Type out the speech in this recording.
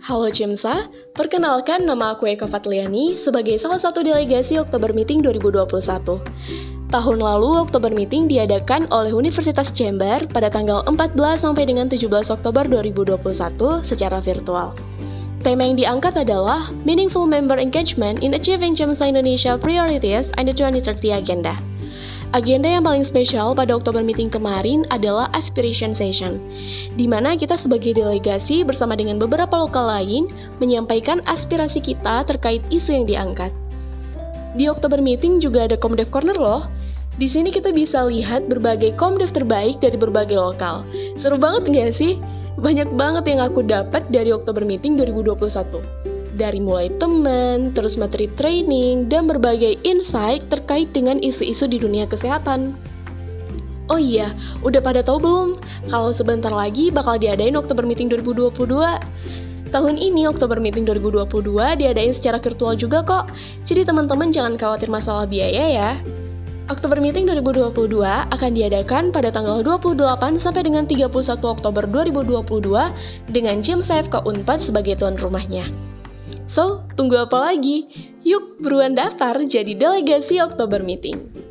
Halo Cimsa, perkenalkan nama aku Eka Fatliani sebagai salah satu delegasi Oktober Meeting 2021. Tahun lalu Oktober Meeting diadakan oleh Universitas Jember pada tanggal 14 sampai dengan 17 Oktober 2021 secara virtual. Tema yang diangkat adalah Meaningful Member Engagement in Achieving Cimsa Indonesia Priorities and the 2030 Agenda. Agenda yang paling spesial pada Oktober Meeting kemarin adalah Aspiration Session, di mana kita sebagai delegasi bersama dengan beberapa lokal lain menyampaikan aspirasi kita terkait isu yang diangkat. Di Oktober Meeting juga ada Komdev Corner loh. Di sini kita bisa lihat berbagai komdev terbaik dari berbagai lokal. Seru banget nggak sih? Banyak banget yang aku dapat dari Oktober Meeting 2021. Dari mulai teman, terus materi training, dan berbagai insight terkait dengan isu-isu di dunia kesehatan. Oh iya, udah pada tahu belum? Kalau sebentar lagi bakal diadain Oktober Meeting 2022. Tahun ini Oktober Meeting 2022 diadain secara virtual juga kok. Jadi teman-teman jangan khawatir masalah biaya ya. Oktober Meeting 2022 akan diadakan pada tanggal 28 sampai dengan 31 Oktober 2022 dengan Cimsa FK Unpad sebagai tuan rumahnya. So, tunggu apa lagi? Yuk, buruan daftar jadi delegasi Oktober Meeting.